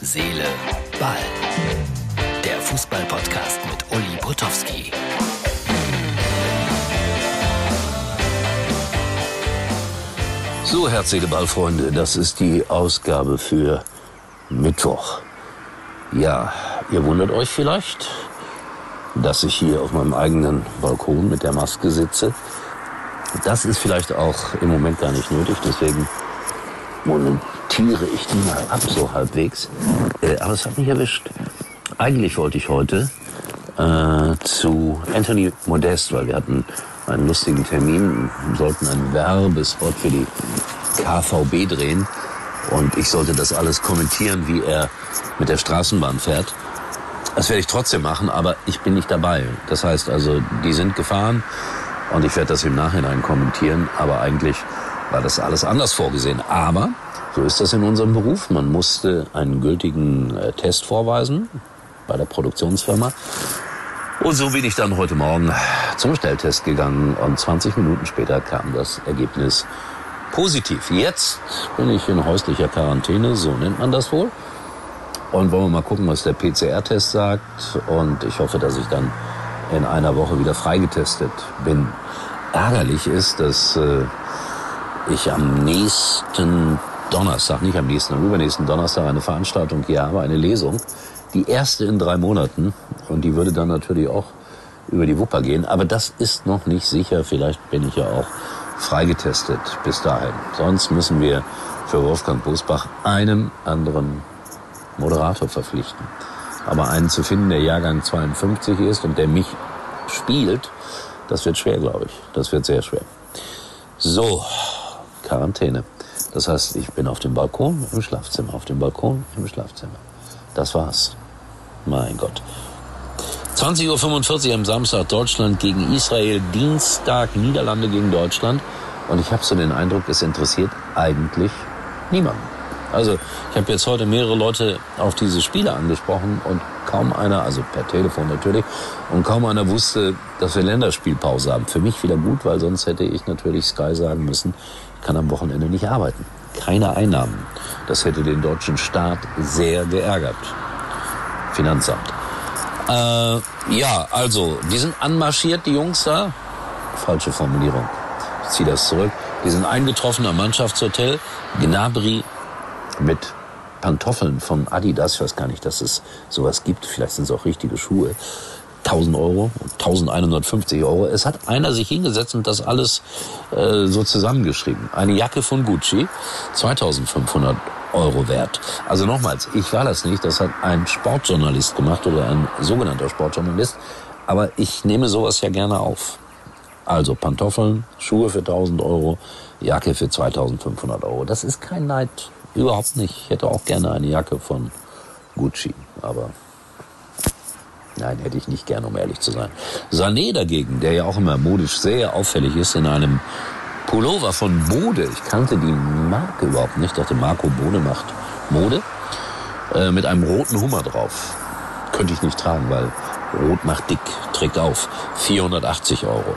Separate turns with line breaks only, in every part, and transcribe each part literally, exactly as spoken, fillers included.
Seele, Ball. Der Fußball-Podcast mit Uli Potowski.
So, Herz, Seele, Ball, Freunde, das ist die Ausgabe für Mittwoch. Ja, ihr wundert euch vielleicht, dass ich hier auf meinem eigenen Balkon mit der Maske sitze. Das ist vielleicht auch im Moment gar nicht nötig, deswegen montiere ich die mal ab, so halbwegs. Äh, aber es hat mich erwischt. Eigentlich wollte ich heute äh, zu Anthony Modest, weil wir hatten einen lustigen Termin, sollten einen Werbespot für die K V B drehen und ich sollte das alles kommentieren, wie er mit der Straßenbahn fährt. Das werde ich trotzdem machen, aber ich bin nicht dabei. Das heißt also, die sind gefahren und ich werde das im Nachhinein kommentieren, aber eigentlich war das alles anders vorgesehen. Aber so ist das in unserem Beruf. Man musste einen gültigen äh, Test vorweisen bei der Produktionsfirma. Und so bin ich dann heute Morgen zum Schnelltest gegangen und zwanzig Minuten später kam das Ergebnis positiv. Jetzt bin ich in häuslicher Quarantäne, so nennt man das wohl. Und wollen wir mal gucken, was der P C R-Test sagt. Und ich hoffe, dass ich dann in einer Woche wieder freigetestet bin. Ärgerlich ist, dass äh, ich am nächsten Donnerstag, nicht am nächsten, am übernächsten Donnerstag eine Veranstaltung hier habe, eine Lesung. Die erste in drei Monaten. Und die würde dann natürlich auch über die Wupper gehen. Aber das ist noch nicht sicher. Vielleicht bin ich ja auch freigetestet bis dahin. Sonst müssen wir für Wolfgang Bosbach einen anderen Moderator verpflichten. Aber einen zu finden, der Jahrgang zweiundfünfzig ist und der mich spielt, das wird schwer, glaube ich. Das wird sehr schwer. So, Quarantäne. Das heißt, ich bin auf dem Balkon im Schlafzimmer, auf dem Balkon im Schlafzimmer. Das war's. Mein Gott. zwanzig Uhr fünfundvierzig am Samstag Deutschland gegen Israel, Dienstag Niederlande gegen Deutschland. Und ich habe so den Eindruck, es interessiert eigentlich niemanden. Also ich habe jetzt heute mehrere Leute auf diese Spiele angesprochen und kaum einer, also per Telefon natürlich, und kaum einer wusste, dass wir Länderspielpause haben. Für mich wieder gut, weil sonst hätte ich natürlich Sky sagen müssen, ich kann am Wochenende nicht arbeiten. Keine Einnahmen. Das hätte den deutschen Staat sehr geärgert. Finanzamt. Äh, ja, also, die sind anmarschiert, die Jungs da. Falsche Formulierung. Ich ziehe das zurück. Die sind eingetroffen am Mannschaftshotel. Gnabry mit Pantoffeln von Adidas. Ich weiß gar nicht, dass es sowas gibt. Vielleicht sind es auch richtige Schuhe. tausend Euro, eintausendeinhundertfünfzig Euro. Es hat einer sich hingesetzt und das alles äh, so zusammengeschrieben. Eine Jacke von Gucci, zweitausendfünfhundert Euro wert. Also nochmals, ich war das nicht. Das hat ein Sportjournalist gemacht oder ein sogenannter Sportjournalist. Aber ich nehme sowas ja gerne auf. Also Pantoffeln, Schuhe für tausend Euro, Jacke für zweitausendfünfhundert Euro. Das ist kein Neid. Überhaupt nicht. Ich hätte auch gerne eine Jacke von Gucci. Aber nein, hätte ich nicht gerne, um ehrlich zu sein. Sané dagegen, der ja auch immer modisch sehr auffällig ist, in einem Pullover von Bode. Ich kannte die Marke überhaupt nicht. Ich dachte, Marco Bode macht Mode. Äh, mit einem roten Hummer drauf. Könnte ich nicht tragen, weil rot macht dick, trägt auf. vierhundertachtzig Euro.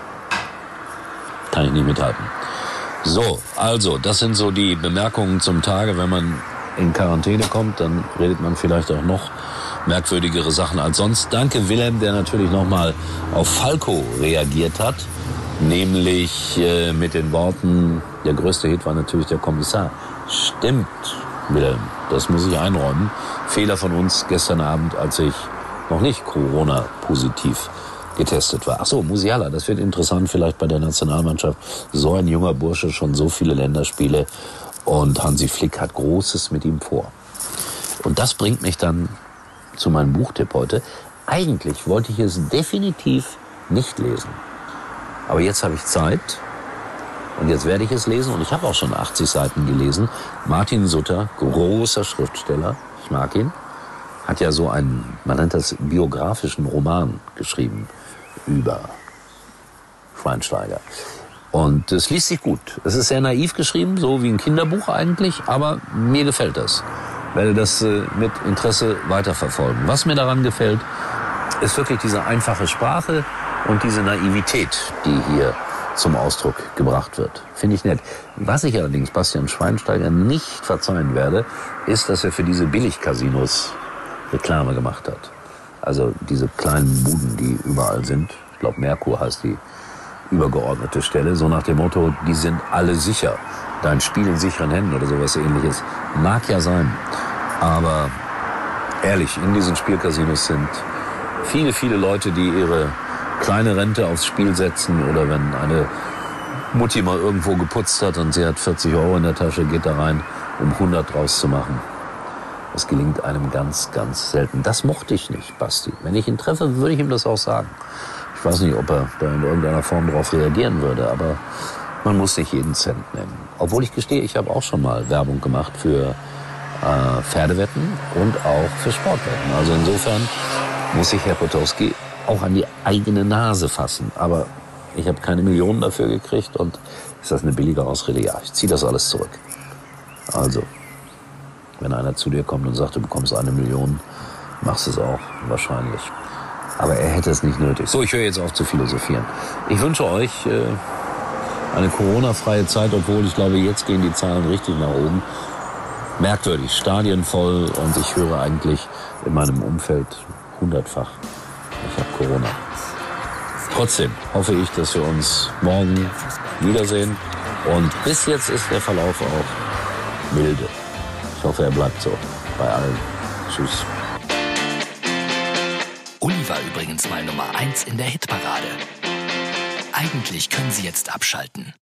Kann ich nicht mithalten. So, also, das sind so die Bemerkungen zum Tage. Wenn man in Quarantäne kommt, dann redet man vielleicht auch noch merkwürdigere Sachen als sonst. Danke Wilhelm, der natürlich nochmal auf Falco reagiert hat. Nämlich äh, mit den Worten, der größte Hit war natürlich der Kommissar. Stimmt, Wilhelm, das muss ich einräumen. Fehler von uns gestern Abend, als ich noch nicht Corona-positiv getestet war. Ach so, Musiala, das wird interessant vielleicht bei der Nationalmannschaft. So ein junger Bursche, schon so viele Länderspiele. Und Hansi Flick hat Großes mit ihm vor. Und das bringt mich dann zu meinem Buchtipp heute. Eigentlich wollte ich es definitiv nicht lesen. Aber jetzt habe ich Zeit und jetzt werde ich es lesen. Und ich habe auch schon achtzig Seiten gelesen. Martin Sutter, großer Schriftsteller, ich mag ihn, hat ja so einen, man nennt das biografischen Roman geschrieben über Schweinsteiger. Und es liest sich gut. Es ist sehr naiv geschrieben, so wie ein Kinderbuch eigentlich, aber mir gefällt das. Ich werde das äh, mit Interesse weiterverfolgen. Was mir daran gefällt, ist wirklich diese einfache Sprache und diese Naivität, die hier zum Ausdruck gebracht wird. Finde ich nett. Was ich allerdings Bastian Schweinsteiger nicht verzeihen werde, ist, dass er für diese Billig-Casinos Reklame gemacht hat. Also diese kleinen Buden, die überall sind. Ich glaube, Merkur heißt die übergeordnete Stelle. So nach dem Motto, die sind alle sicher. Dein Spiel in sicheren Händen oder sowas Ähnliches. Mag ja sein. Aber ehrlich, in diesen Spielcasinos sind viele, viele Leute, die ihre kleine Rente aufs Spiel setzen oder wenn eine Mutti mal irgendwo geputzt hat und sie hat vierzig Euro in der Tasche, geht da rein, um hundert draus zu machen. Das gelingt einem ganz, ganz selten. Das mochte ich nicht, Basti. Wenn ich ihn treffe, würde ich ihm das auch sagen. Ich weiß nicht, ob er da in irgendeiner Form darauf reagieren würde, aber man muss nicht jeden Cent nehmen. Obwohl ich gestehe, ich habe auch schon mal Werbung gemacht für äh, Pferdewetten und auch für Sportwetten. Also insofern muss sich Herr Potowski auch an die eigene Nase fassen. Aber ich habe keine Millionen dafür gekriegt und ist das eine billige Ausrede? Ja, ich ziehe das alles zurück. Also, wenn einer zu dir kommt und sagt, du bekommst eine Million, machst du es auch wahrscheinlich. Aber er hätte es nicht nötig. So, ich höre jetzt auf zu philosophieren. Ich wünsche euch äh, eine Corona-freie Zeit, obwohl ich glaube, jetzt gehen die Zahlen richtig nach oben. Merkwürdig, Stadien voll und ich höre eigentlich in meinem Umfeld hundertfach, ich habe Corona. Trotzdem hoffe ich, dass wir uns morgen wiedersehen. Und bis jetzt ist der Verlauf auch milde. Ich hoffe, er bleibt so bei allen. Tschüss.
Uli war übrigens mal Nummer eins in der Hitparade. Eigentlich können Sie jetzt abschalten.